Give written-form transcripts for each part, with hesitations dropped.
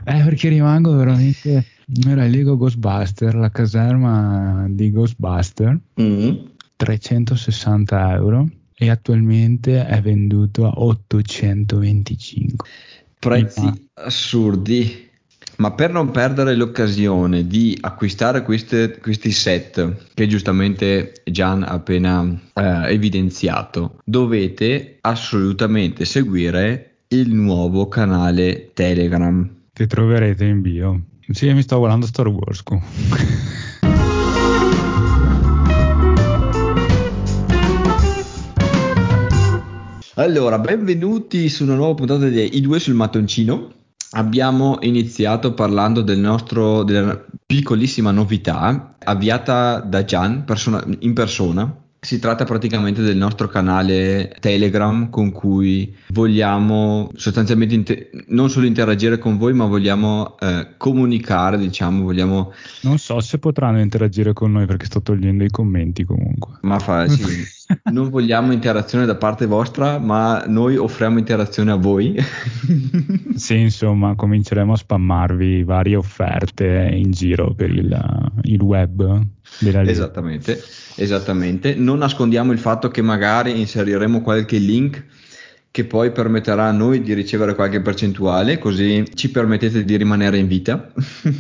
Perché rimango veramente. Era il Lego Ghostbuster, la caserma di Ghostbuster, Mm. 360 € e attualmente è venduto a 825. Prezzi assurdi. Ma per non perdere l'occasione di acquistare questi set, che giustamente Gian ha appena evidenziato, dovete assolutamente seguire il nuovo canale Telegram. Che troverete in bio. Sì, mi sto guardando Star Wars comunque. Allora, benvenuti su una nuova puntata di I due sul mattoncino. Abbiamo iniziato parlando della piccolissima novità avviata da Gian in persona. Si tratta praticamente del nostro canale Telegram con cui vogliamo sostanzialmente non solo interagire con voi, ma vogliamo comunicare, diciamo, vogliamo. Non so se potranno interagire con noi perché sto togliendo i commenti comunque. Sì, non vogliamo interazione da parte vostra, ma noi offriamo interazione a voi. Sì, insomma, cominceremo a spammarvi varie offerte in giro per il web della Lega. Esattamente, esattamente. Non nascondiamo il fatto che magari inseriremo qualche link che poi permetterà a noi di ricevere qualche percentuale, così ci permettete di rimanere in vita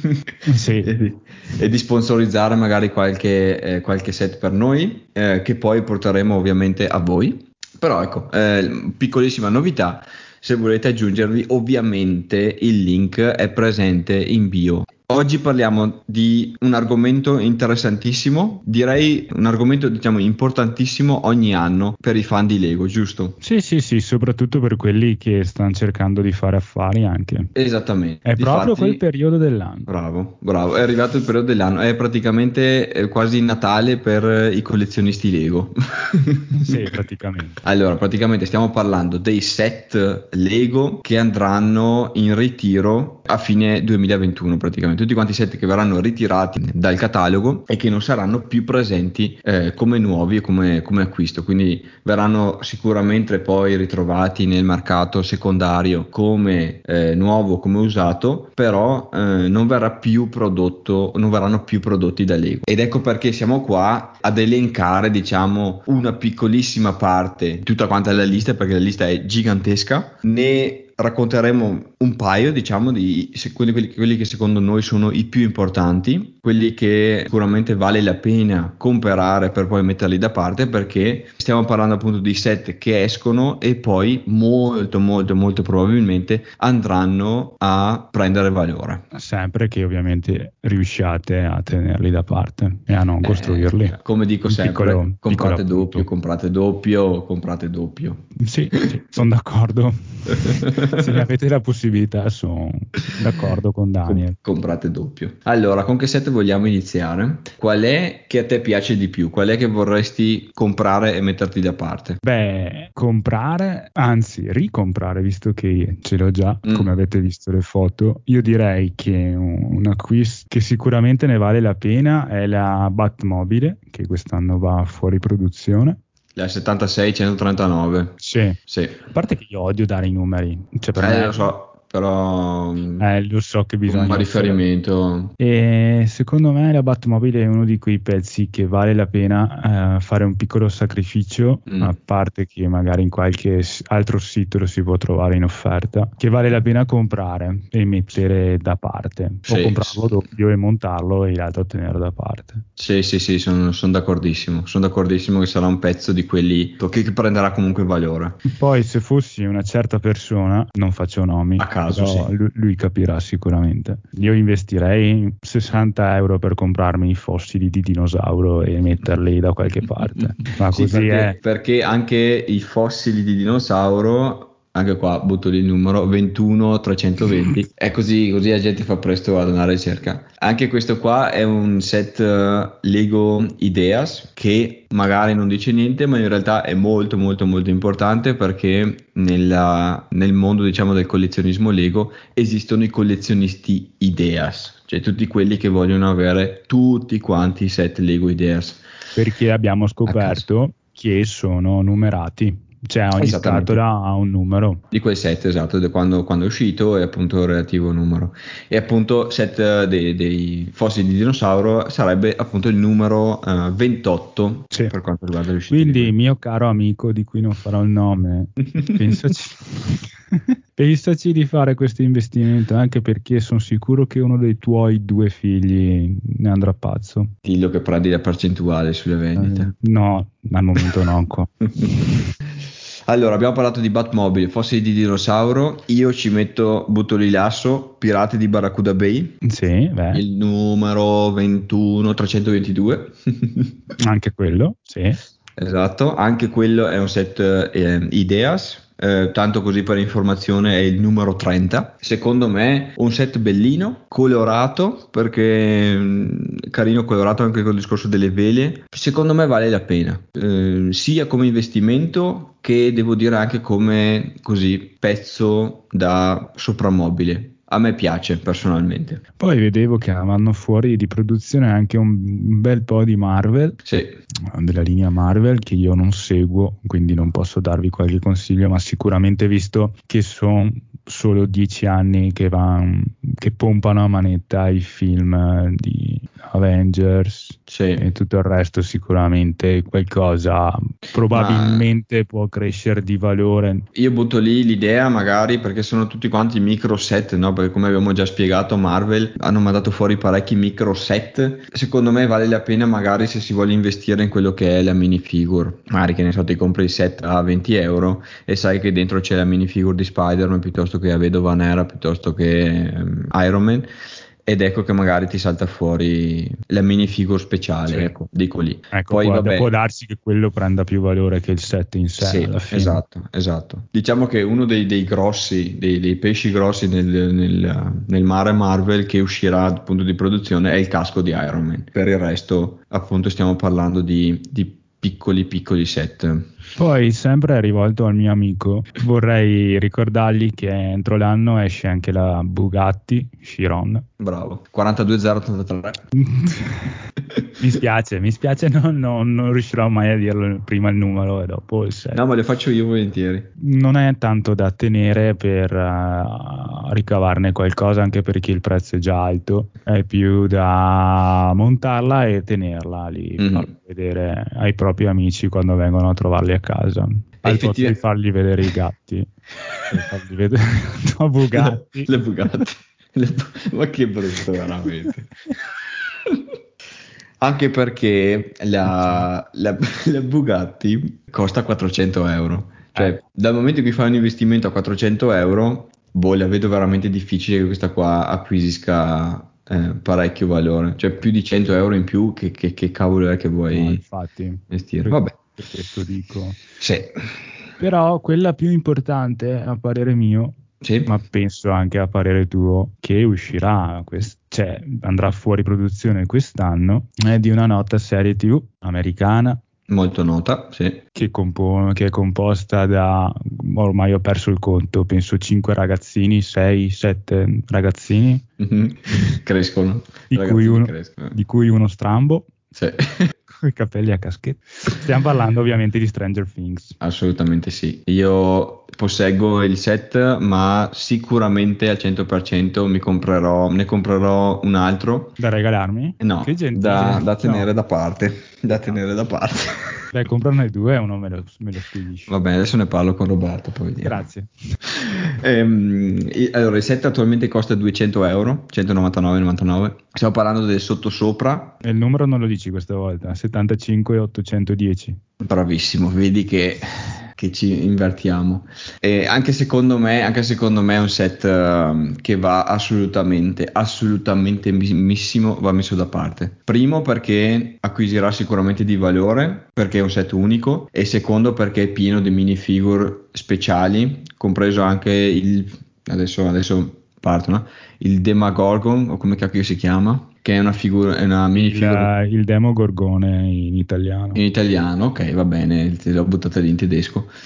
Sì, e di sponsorizzare magari qualche set per noi, che poi porteremo ovviamente a voi. Però ecco, piccolissima novità, se volete aggiungervi, ovviamente il link è presente in bio. Oggi parliamo di un argomento interessantissimo, direi un argomento diciamo importantissimo ogni anno per i fan di Lego, giusto? sì, sì, sì, soprattutto per quelli che stanno cercando di fare affari anche. Esattamente, È proprio quel difatti, periodo dell'anno. bravo, bravo, è arrivato il periodo dell'anno, è praticamente quasi Natale per i collezionisti Lego. Sì, praticamente. Allora, praticamente stiamo parlando dei set Lego che andranno in ritiro a fine 2021, praticamente tutti quanti i set che verranno ritirati dal catalogo e che non saranno più presenti come nuovi e come acquisto, quindi verranno sicuramente poi ritrovati nel mercato secondario come nuovo, come usato, però non verrà più prodotto, non verranno più prodotti da Lego. Ed ecco perché siamo qua ad elencare, diciamo, una piccolissima parte di tutta quanta la lista, perché la lista è gigantesca. Ne racconteremo un paio, diciamo, quelli che secondo noi sono i più importanti, quelli che sicuramente vale la pena comprare per poi metterli da parte, perché stiamo parlando appunto di set che escono e poi molto molto molto probabilmente andranno a prendere valore. Sempre che ovviamente riusciate a tenerli da parte e a non costruirli. Come dico Un sempre, piccolo comprate doppio, appunto. comprate doppio, comprate doppio. Sì, sì, sono d'accordo. Se ne avete la possibilità, sono d'accordo con Daniel. Comprate doppio. Allora, con che set vogliamo iniziare? Qual è che a te piace di più? Qual è che vorresti comprare e metterti da parte? Beh, comprare, anzi ricomprare, visto che ce l'ho già, come Mm. avete visto le foto, io direi che un acquisto che sicuramente ne vale la pena è la Batmobile, che quest'anno va fuori produzione. La 76-139. Sì, a Sì. parte che io odio dare i numeri, cioè per me Lo so, però lo so che come bisogna essere. riferimento. E secondo me la Batmobile è uno di quei pezzi che vale la pena fare un piccolo sacrificio, a Mm. parte che magari in qualche altro sito lo si può trovare in offerta, che vale la pena comprare e mettere da parte, o Sì, comprarlo doppio e montarlo e l'altro tenerlo da parte. sì, sì, sì, sono d'accordissimo. Sono d'accordissimo che sarà un pezzo di quelli che prenderà comunque valore. Poi se fossi una certa persona, non faccio nomi, A caso, però sì. lui capirà sicuramente. Io investirei 60 € per comprarmi i fossili di dinosauro e metterli da qualche parte. Ma Sì, così è. perché anche i fossili di dinosauro, anche qua butto lì il numero 21320, è così la gente fa presto ad andare a ricerca. Anche questo qua è un set Lego Ideas che magari non dice niente, ma in realtà è molto molto molto importante perché nel mondo diciamo del collezionismo Lego esistono i collezionisti Ideas, cioè tutti quelli che vogliono avere tutti quanti i set Lego Ideas Perché abbiamo a casa. scoperto che sono numerati. cioè ogni Esattamente. scatola ha un numero. Di quel set, esatto, quando è uscito e appunto il relativo numero. E appunto set dei fossili di dinosauro sarebbe appunto il numero 28 Sì. per quanto riguarda le uscite di Quindi, quel. mio caro amico di cui non farò il nome, pensaci, pensaci di fare questo investimento, anche perché sono sicuro che uno dei tuoi 2 figli ne andrà pazzo. Dillo che prendi la percentuale sulle vendite. No, al momento no ancora. Allora, abbiamo parlato di Batmobile, fossili di dinosauro. Io ci butto lì l'asso, Pirati di Barracuda Bay, Sì, beh, il numero 21322. anche quello, sì. Esatto, anche quello è un set Ideas, tanto così per informazione è il numero 30. Secondo me un set bellino, colorato, perché carino colorato anche con il discorso delle vele. Secondo me vale la pena, sia come investimento che devo dire anche come così pezzo da soprammobile. A me piace personalmente. Poi vedevo che vanno fuori di produzione anche un bel po' di Marvel, Sì. della linea Marvel, che io non seguo, quindi non posso darvi qualche consiglio, ma sicuramente visto che sono solo 10 anni che pompano a manetta i film di Avengers Sì. e tutto il resto, sicuramente qualcosa Ma probabilmente può crescere di valore. io butto lì l'idea magari perché sono tutti quanti micro set, no? Perché come abbiamo già spiegato, Marvel hanno mandato fuori parecchi micro set. Secondo me vale la pena magari se si vuole investire in quello che è la minifigure. Magari che ne so, ti compri il set a 20 euro e sai che dentro c'è la minifigure di Spider-Man piuttosto che la Vedova Nera, piuttosto che Iron Man. Ed ecco che magari ti salta fuori la minifigure speciale, Sì. ecco, dico lì. Ecco, Poi può vabbè. darsi che quello prenda più valore che il set in sé alla Sì, fine. esatto, esatto. Diciamo che uno dei grossi, dei pesci grossi nel mare Marvel che uscirà appunto di produzione è il casco di Iron Man. Per il resto, appunto, stiamo parlando di piccoli piccoli set. Poi, sempre rivolto al mio amico, vorrei ricordargli che entro l'anno esce anche la Bugatti Chiron. Bravo. 42083. Mi spiace, non riuscirò mai a dirlo prima il numero e dopo il set. No, ma le faccio io volentieri. Non è tanto da tenere per ricavarne qualcosa, anche perché il prezzo è già alto, è più da montarla e tenerla lì, farla Mhm. vedere ai propri amici quando vengono a trovarli a casa, al posto di Effettivamente. fargli vedere i gatti e fargli vedere no, Bugatti. Le Bugatti. Ma che brutto veramente. Anche perché la Bugatti costa 400 euro. Cioè, Ecco, dal momento in cui fai un investimento a 400 euro, boh, la vedo veramente difficile che questa qua acquisisca parecchio valore. Cioè, più di 100 euro in più, che cavolo è che no, vuoi infatti, investire? Vabbè. per questo dico. Sì. Però quella più importante, a parere mio, Sì. ma penso anche a parere tuo, che uscirà, cioè andrà fuori produzione quest'anno, è di una nota serie TV americana Molto nota, sì. che è composta da, ormai ho perso il conto, penso 5 ragazzini, 6, 7 ragazzini, Mhm. Crescono, i di cui ragazzini uno, crescono. di cui uno strambo, Sì. con i capelli a caschetto. Stiamo parlando ovviamente di Stranger Things. Assolutamente sì. Io posseggo il set, ma sicuramente al 100% ne comprerò un altro. Da regalarmi? Che No, da, gentile. da No, tenere da parte. Da che tenere cavolo. da parte. Dai, comprarne 2 e uno me lo spedisci. Va bene, adesso ne parlo con Roberto, poi vediamo. Grazie. Allora, il set attualmente costa 200 euro, 199,99. Stiamo parlando del sottosopra. E il numero non lo dici questa volta, 75 810. Bravissimo, vedi che ci invertiamo. E anche secondo me è un set che va assolutamente missimo, va messo da parte. Primo perché acquisirà sicuramente di valore, perché è un set unico, e secondo perché è pieno di minifigure speciali, compreso anche adesso parto, no? Il Demagorgon, o come cacchio si chiama, che è è una minifigure Il Demogorgone in italiano. in italiano, ok, va bene, te l'ho buttata lì in tedesco.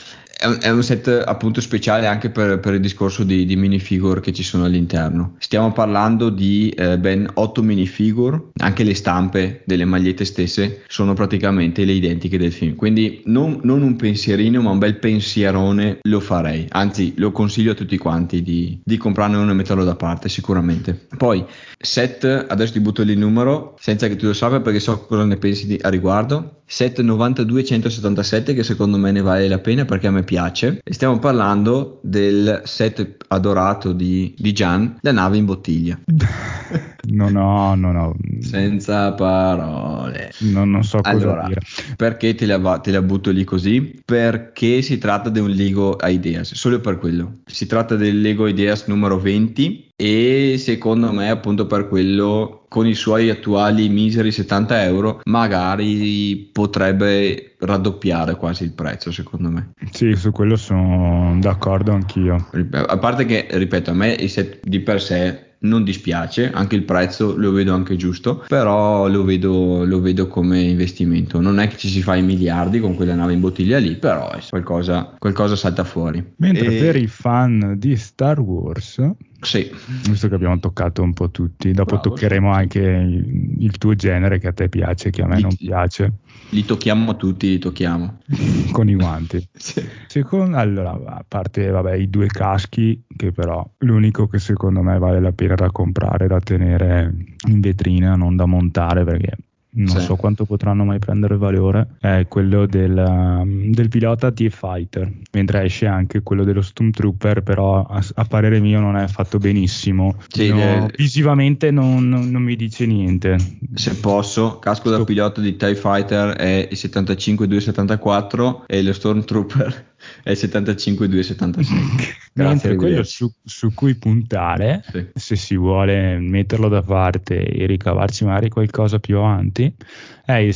è un set appunto speciale anche per il discorso di minifigure che ci sono all'interno. Stiamo parlando di ben 8 minifigure, anche le stampe delle magliette stesse sono praticamente le identiche del film, quindi non un pensierino ma un bel pensierone lo farei, anzi lo consiglio a tutti quanti di comprarne uno e metterlo da parte sicuramente. Poi set, adesso ti butto lì il numero senza che tu lo sappia perché so cosa ne pensi a riguardo. Set 9277 che secondo me ne vale la pena perché a me piace, e stiamo parlando del set adorato di Gian, la nave in bottiglia. Non ho. Senza parole. Non so cosa Allora, dire. perché te la butto lì così? Perché si tratta di un Lego Ideas, solo per quello. Si tratta del Lego Ideas numero 20 e secondo me appunto per quello con i suoi attuali miseri 70 euro magari potrebbe raddoppiare quasi il prezzo secondo me. Sì, su quello sono d'accordo anch'io. A parte che, ripeto, a me il set di per sé non dispiace, anche il prezzo lo vedo anche giusto, però lo vedo come investimento. Non è che ci si fa i miliardi con quella nave in bottiglia lì, però qualcosa salta fuori. Mentre per E i fan di Star Wars, sì, visto che abbiamo toccato un po' tutti, dopo bravo, sì. toccheremo anche il tuo genere che a te piace, che a me non piace, Li tocchiamo tutti, li tocchiamo. con i guanti. Sì. Allora, a parte vabbè, i due caschi, che però l'unico che secondo me vale la pena da comprare, da tenere in vetrina, non da montare perché non Sì. so quanto potranno mai prendere valore, è quello del pilota TIE Fighter, mentre esce anche quello dello Stormtrooper, però a parere mio non è fatto benissimo. Sì, Visivamente non mi dice niente. se posso, casco da pilota di TIE Fighter è il 75274 e lo Stormtrooper è il 75276. Grazie, Mentre quello arrivederci. su cui puntare, Sì. se si vuole metterlo da parte e ricavarci magari qualcosa più avanti, è il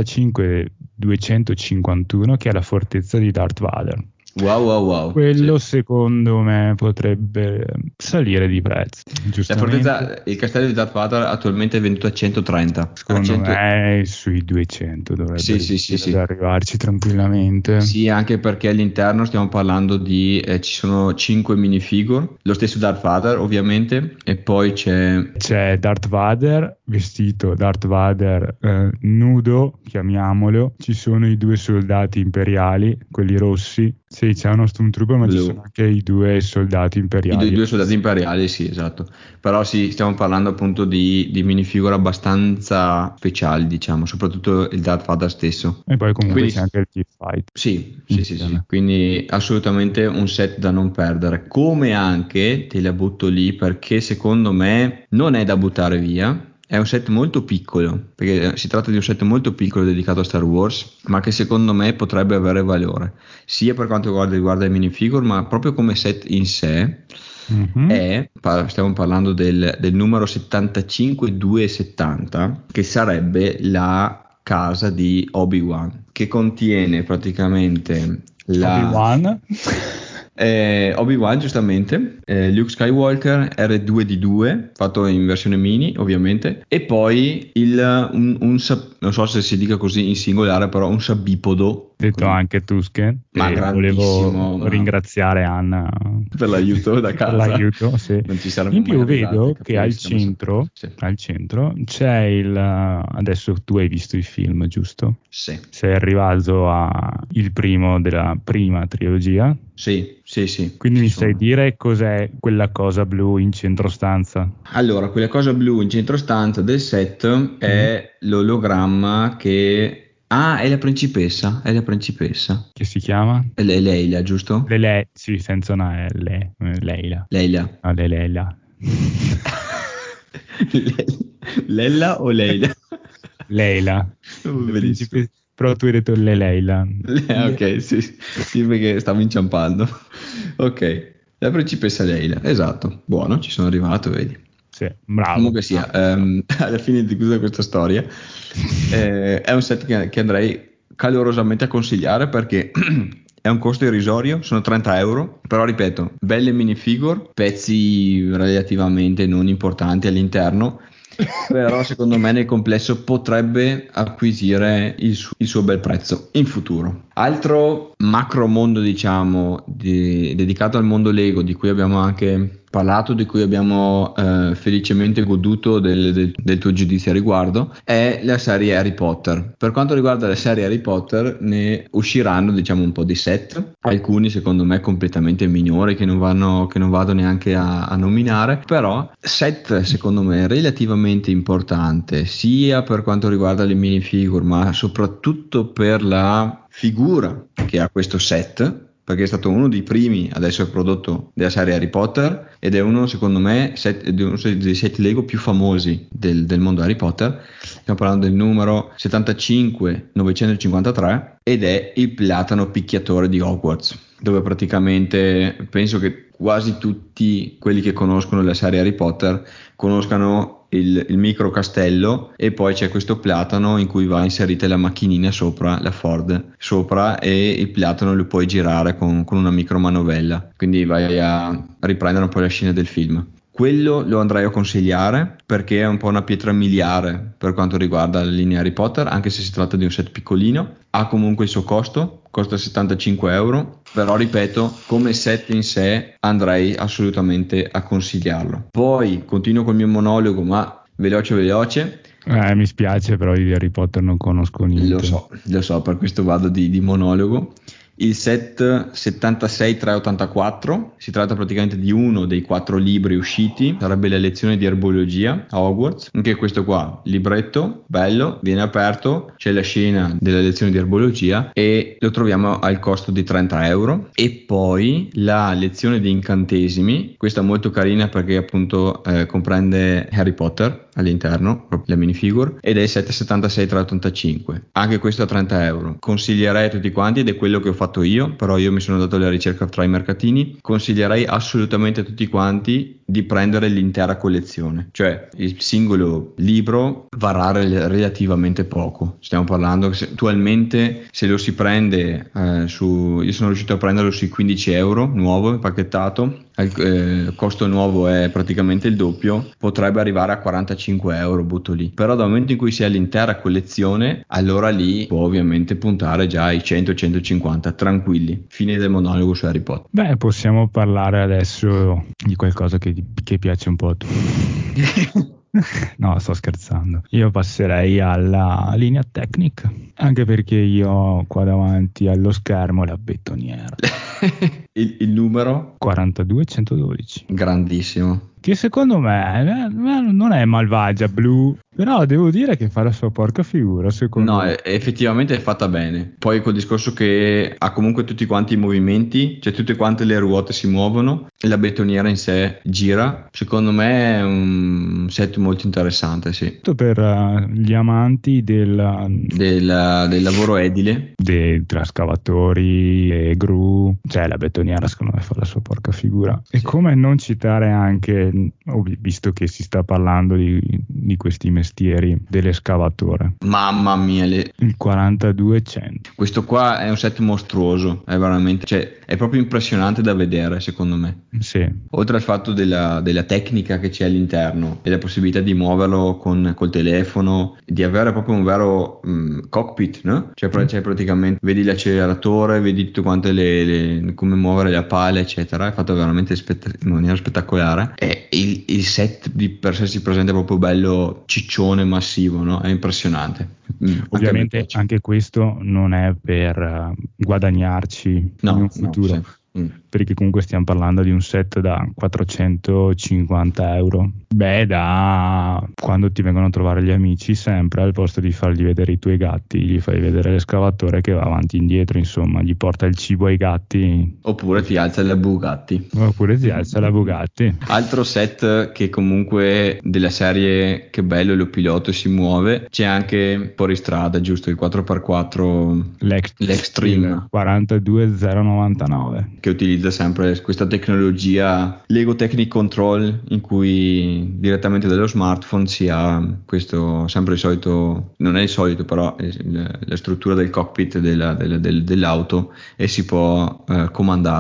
75251 che è la fortezza di Darth Vader. Wow. Quello Sì. secondo me potrebbe salire di prezzo, La giustamente. fortezza, il castello di Darth Vader attualmente è venduto a 130. Secondo me sui 200 dovrebbe Sì, riuscire ad sì. arrivarci tranquillamente. Sì, anche perché all'interno stiamo parlando ci sono 5 minifigure, lo stesso Darth Vader ovviamente, e poi C'è Darth Vader vestito, Darth Vader nudo, chiamiamolo. Ci sono i due soldati imperiali, quelli rossi. Sì, c'è uno Stormtrooper, ma ci blu. sono anche i due soldati I imperiali. due soldati imperiali, sì, esatto. Però sì, stiamo parlando appunto di minifigure abbastanza speciali, diciamo, soprattutto il Darth Vader stesso. E poi comunque Quindi c'è anche il T-Fight sì. insieme. Quindi assolutamente un set da non perdere. Come anche, te la butto lì perché secondo me non è da buttare via. È un set molto piccolo, perché si tratta di un set molto piccolo dedicato a Star Wars, ma che secondo me potrebbe avere valore, sia per quanto riguarda i minifigure, ma proprio come set in sé. Mhm. Stiamo parlando del numero 75270, che sarebbe la casa di Obi-Wan, che contiene praticamente Obi-Wan. Obi-Wan giustamente, Luke Skywalker R2D2 fatto in versione mini ovviamente, e poi non so se si dica così in singolare, però un sabipodo Detto così, anche Tusken, ma e volevo grandissimo, ringraziare Anna per l'aiuto da per casa. l'aiuto, sì. Non ci saremmo In mai più arrivati, vedo che capire, siamo saltati. Sì. al centro c'è adesso tu hai visto il film, giusto? Sì. Sei arrivato il primo della prima trilogia, Sì, quindi ci mi sai sono. dire cos'è quella cosa blu in centro stanza? Allora, quella cosa blu in centrostanza del set Mm? è l'ologramma che... Ah, è la principessa, è la principessa. Che si chiama? È Leila, giusto? Sì, senza una L, Leila. Leila. Ah, Leila. Lella o Leila? Leila, la Bellissimo. principessa, però tu hai detto Leila. Ok, sì, perché stavo inciampando. Ok, la principessa Leila, esatto. Buono, ci sono arrivato, vedi. Sì, bravo. Comunque sia, alla fine di tutta questa storia, è un set che andrei calorosamente a consigliare perché è un costo irrisorio, sono 30 euro, però ripeto, belle minifigure, pezzi relativamente non importanti all'interno, però secondo me nel complesso potrebbe acquisire il suo bel prezzo in futuro. Altro macro mondo, diciamo, dedicato al mondo Lego, di cui abbiamo anche parlato, di cui abbiamo felicemente goduto del tuo giudizio a riguardo, è la serie Harry Potter. Per quanto riguarda la serie Harry Potter, ne usciranno, diciamo, un po' di set, alcuni secondo me completamente minori che non vado neanche a nominare, però set secondo me relativamente importante, sia per quanto riguarda le minifigure, ma soprattutto per la figura che ha questo set, perché è stato uno dei primi ad essere prodotto della serie Harry Potter ed è uno, secondo me, dei set Lego più famosi del mondo Harry Potter. Stiamo parlando del numero 75953 ed è il platano picchiatore di Hogwarts, dove praticamente penso che quasi tutti quelli che conoscono la serie Harry Potter conoscano il micro castello, e poi c'è questo platano in cui va inserita la macchinina sopra, la Ford sopra, e il platano lo puoi girare con una micro manovella, quindi vai a riprendere un po' la scena del film. Quello lo andrei a consigliare perché è un po' una pietra miliare per quanto riguarda la linea Harry Potter, anche se si tratta di un set piccolino, ha comunque il suo costo, costa 75 euro, però ripeto, come set in sé andrei assolutamente a consigliarlo. Poi continuo col mio monologo, ma veloce. Mi spiace, però di Harry Potter non conosco niente. Lo so, per questo vado di monologo. Il set 76384 si tratta praticamente di uno dei 4 libri usciti, sarebbe le lezioni di erbologia a Hogwarts. Anche questo qua, libretto, bello, viene aperto, c'è la scena delle lezioni di erbologia e lo troviamo al costo di 30 euro. E poi la lezione di incantesimi, questa è molto carina perché appunto comprende Harry Potter all'interno, proprio la minifigure, ed è 776,385. Anche questo a 30 euro. Consiglierei a tutti quanti, ed è quello che ho fatto io, però io mi sono dato la ricerca tra i mercatini, consiglierei assolutamente a tutti quanti di prendere l'intera collezione, cioè il singolo libro varrà relativamente poco. Stiamo parlando che attualmente se lo si prende io sono riuscito a prenderlo sui 15 euro nuovo impacchettato, il costo nuovo è praticamente il doppio, potrebbe arrivare a 45 euro, butto lì. Però dal momento in cui si ha l'intera collezione, allora lì può ovviamente puntare già ai 100-150 tranquilli. Fine del monologo su Harry Potter. Beh, possiamo parlare adesso di qualcosa che piace un po' a tutti. No, sto scherzando. Io passerei alla linea Technic, anche perché io ho qua davanti allo schermo la betoniera. Il numero? 42112. Grandissimo. Che secondo me non è malvagia blu, però devo dire che fa la sua porca figura, secondo No, me. effettivamente è fatta bene. Poi col discorso che ha comunque tutti quanti i movimenti, cioè tutte quante le ruote si muovono e la betoniera in sé gira, secondo me è un set molto interessante, sì. Per gli amanti Del lavoro edile. dei trascavatori e gru, cioè la betoniera secondo me fa la sua porca figura. E Sì. come non citare anche, visto che si sta parlando di questi mestieri, dell'escavatore, Mamma mia, il 4200. questo qua è un set mostruoso, è veramente, cioè, è proprio impressionante da vedere, secondo me. Sì, Oltre al fatto della tecnica che c'è all'interno e la possibilità di muoverlo col telefono, di avere proprio un vero cockpit, no? Cioè praticamente vedi l'acceleratore, vedi tutte quante come muovere la pala, eccetera. È fatto veramente in maniera spettacolare. E il set di per sé si presenta proprio bello ciccione, massivo, no? È impressionante. Anche a me ovviamente piace. anche questo non è per guadagnarci in un No, futuro, sì. Mm. perché comunque stiamo parlando di un set da 450 euro. Beh, da quando ti vengono a trovare gli amici, sempre al posto di fargli vedere i tuoi gatti, gli fai vedere l'escavatore che va avanti e indietro, insomma, gli porta il cibo ai gatti, Oppure ti alza la Bugatti. oppure si alza la Bugatti. Altro set che comunque della serie che bello lo piloto si muove, c'è anche fuori strada, giusto? Il 4x4 Il l'Extreme, 42099. che utilizza sempre questa tecnologia Lego Technic Control in cui direttamente dallo smartphone si ha questo, sempre il solito, non è il solito però è la struttura del cockpit dell'auto e si può comandarla.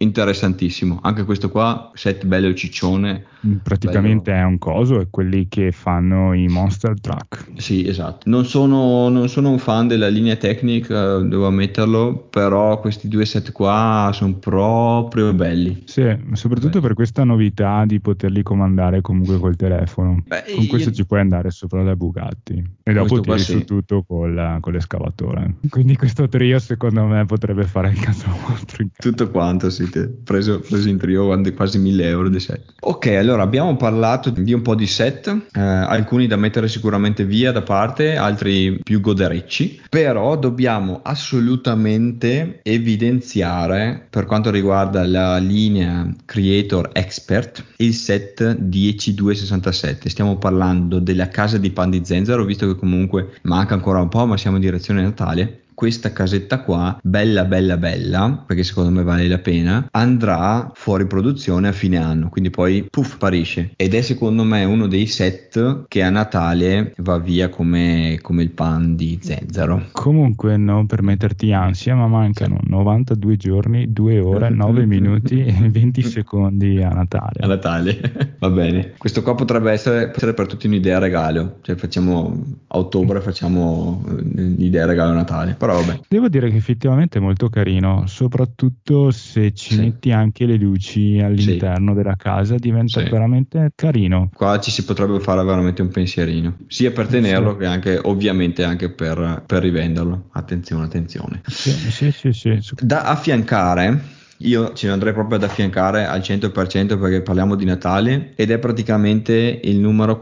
interessantissimo. Anche questo qua, set bello ciccione. Praticamente Bello. è un coso, è quelli che fanno i Monster Truck. Sì, esatto. Non sono un fan della linea Technic, devo ammetterlo, però questi due set qua sono proprio belli. Sì, soprattutto Belli. per questa novità di poterli comandare comunque col telefono. Beh, Con questo ci puoi andare sopra la Bugatti e dopo questo qua tiri su sì. tutto con l'escavatore. Quindi questo trio secondo me potrebbe fare il caso vostro in casa. Tutto quanto siete preso in trio quasi 1000 euro di set. Ok, allora abbiamo parlato di un po' di set, alcuni da mettere sicuramente via da parte, altri più goderecci, però dobbiamo assolutamente evidenziare per quanto riguarda la linea Creator Expert il set 10267. Stiamo parlando della casa di Pan di Zenzero, visto che comunque manca ancora un po', ma siamo in direzione Natale. Questa casetta qua, bella bella bella, perché secondo me vale la pena, andrà fuori produzione a fine anno, quindi poi puff sparisce, ed è secondo me uno dei set che a Natale va via come il pan di zenzero. Comunque, non per metterti ansia, ma mancano 92 giorni, 2 ore, 9 minuti e 20 secondi a A Natale. Natale, va bene. Questo qua potrebbe essere per tutti un'idea regalo, cioè a ottobre facciamo l'idea regalo a Natale, però vabbè. Devo dire che effettivamente è molto carino, soprattutto se ci Sì, metti anche le luci sì, all'interno della casa, diventa sì. veramente carino. Qua ci si potrebbe fare veramente un pensierino, sia per Sì, tenerlo che anche, ovviamente, anche per rivenderlo. Attenzione, attenzione. sì, sì, sì, sì. Da affiancare, io ci andrei proprio ad affiancare al 100% perché parliamo di Natale ed è praticamente il numero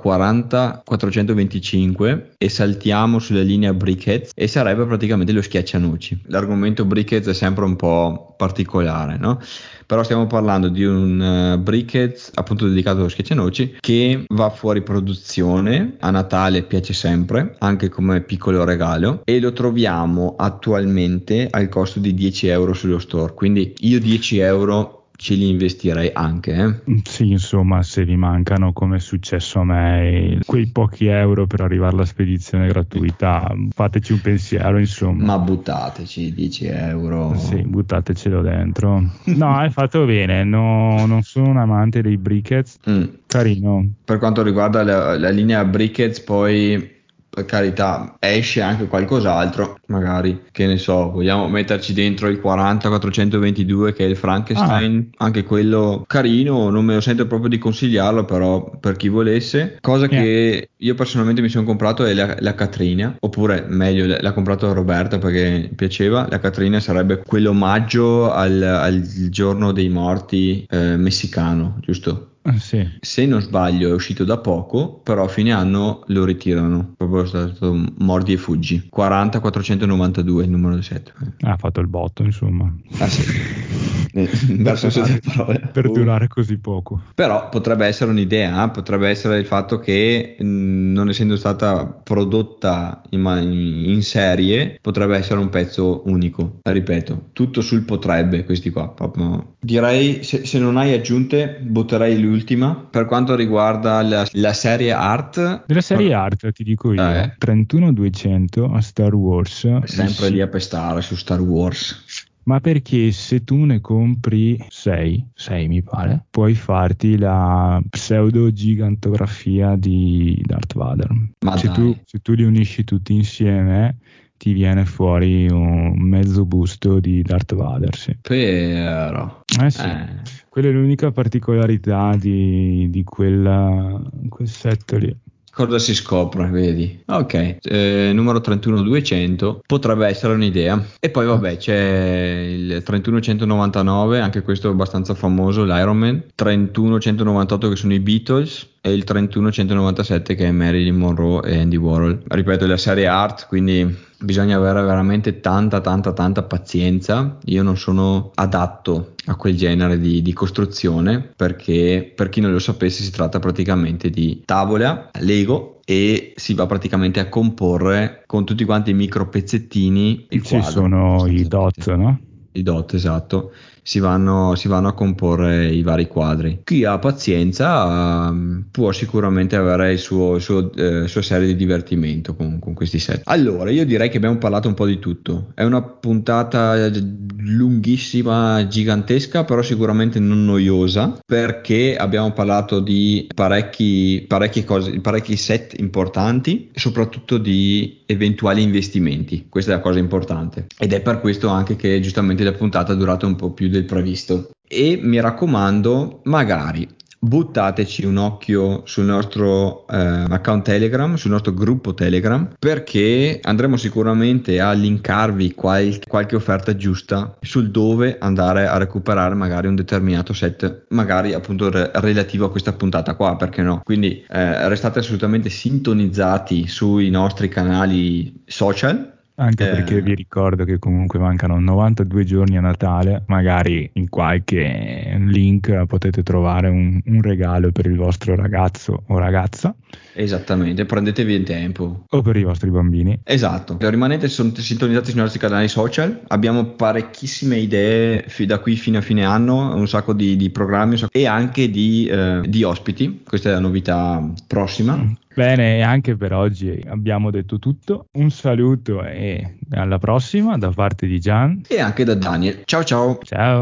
40425 e saltiamo sulla linea Brickheads e sarebbe praticamente lo schiaccianoci. L'argomento Brickheads è sempre un po' particolare, no? Però stiamo parlando di un Brickheads appunto dedicato allo schiaccianoci che va fuori produzione, a Natale piace sempre, anche come piccolo regalo, e lo troviamo attualmente al costo di 10 euro sullo store, quindi io 10 euro ce li investirei anche. Sì, insomma, se vi mancano, come è successo a me, quei pochi euro per arrivare alla spedizione gratuita, fateci un pensiero, insomma. Ma buttateci 10 Sì, euro. buttatecelo dentro. No, hai fatto bene, non sono un amante dei briquettes, Mm. carino. Per quanto riguarda la linea Brickheads, poi per carità esce anche qualcos'altro, magari, che ne so, vogliamo metterci dentro il 40422 che è il Ah, Frankenstein, anche quello carino, non me lo sento proprio di consigliarlo, però per chi volesse, cosa yeah. che io personalmente mi sono comprato è la Catrina, oppure meglio l'ha comprato Roberta perché piaceva, la Catrina sarebbe quell'omaggio al giorno dei morti messicano, giusto? Sì, Se non sbaglio è uscito da poco, però a fine anno lo ritirano. Proprio è stato mordi e fuggi. 40-492 il numero di set. ha fatto il botto, insomma. Ah sì, nel Per senso delle durare, parole. per durare così poco. Però potrebbe essere un'idea, potrebbe essere il fatto che non essendo stata prodotta in serie, potrebbe essere un pezzo unico. Ripeto, tutto sul potrebbe questi qua. Proprio. Direi, se non hai aggiunte, butterei l'ultima. Per quanto riguarda la serie Art, Della serie art, ti dico io, eh, 31200 a Star Wars, sempre lì a pestare su Star Wars. ma perché se tu ne compri 6 mi pare, puoi farti la pseudo gigantografia di Darth Vader. Ma Se tu, dai, se tu li unisci tutti insieme, ti viene fuori un mezzo busto di Darth Vader, sì. però. Eh sì, Eh. quella è l'unica particolarità di quel set lì. Cosa si scopre, vedi? Ok, numero 31200 potrebbe essere un'idea. E poi vabbè c'è il 31199, anche questo è abbastanza famoso, l'Iron Man, 31198 che sono i Beatles e il 31197 che è Marilyn Monroe e Andy Warhol. Ripeto, è la serie Art, quindi bisogna avere veramente tanta tanta tanta pazienza. Io non sono adatto a quel genere di costruzione perché per chi non lo sapesse si tratta praticamente di tavola Lego e si va praticamente a comporre con tutti quanti i micro pezzettini il Ci quadro sono i sostanzialmente. dot, no? I dot, esatto. si vanno a comporre i vari quadri. Chi ha pazienza può sicuramente avere sua serie di divertimento con questi set. Allora, io direi che abbiamo parlato un po' di tutto. È una puntata lunghissima, gigantesca, però sicuramente non noiosa, perché abbiamo parlato di parecchie cose, parecchi set importanti, e soprattutto di eventuali investimenti. Questa è la cosa importante. Ed è per questo anche che giustamente la puntata è durata un po' più del previsto. E mi raccomando, magari buttateci un occhio sul nostro account Telegram, sul nostro gruppo Telegram, perché andremo sicuramente a linkarvi qualche offerta giusta sul dove andare a recuperare magari un determinato set, magari appunto relativo a questa puntata qua, perché no? Quindi restate assolutamente sintonizzati sui nostri canali social. Anche perché vi ricordo che comunque mancano 92 giorni a Natale, magari in qualche link potete trovare un regalo per il vostro ragazzo o ragazza Esattamente, prendetevi il tempo. o per i vostri bambini. Esatto, rimanete sintonizzati sui nostri canali social, abbiamo parecchissime idee da qui fino a fine anno, un sacco di programmi e anche di ospiti, questa è la novità prossima. Bene, e anche per oggi abbiamo detto tutto. Un saluto e alla prossima da parte di Gian. E anche da Daniel. Ciao ciao! Ciao!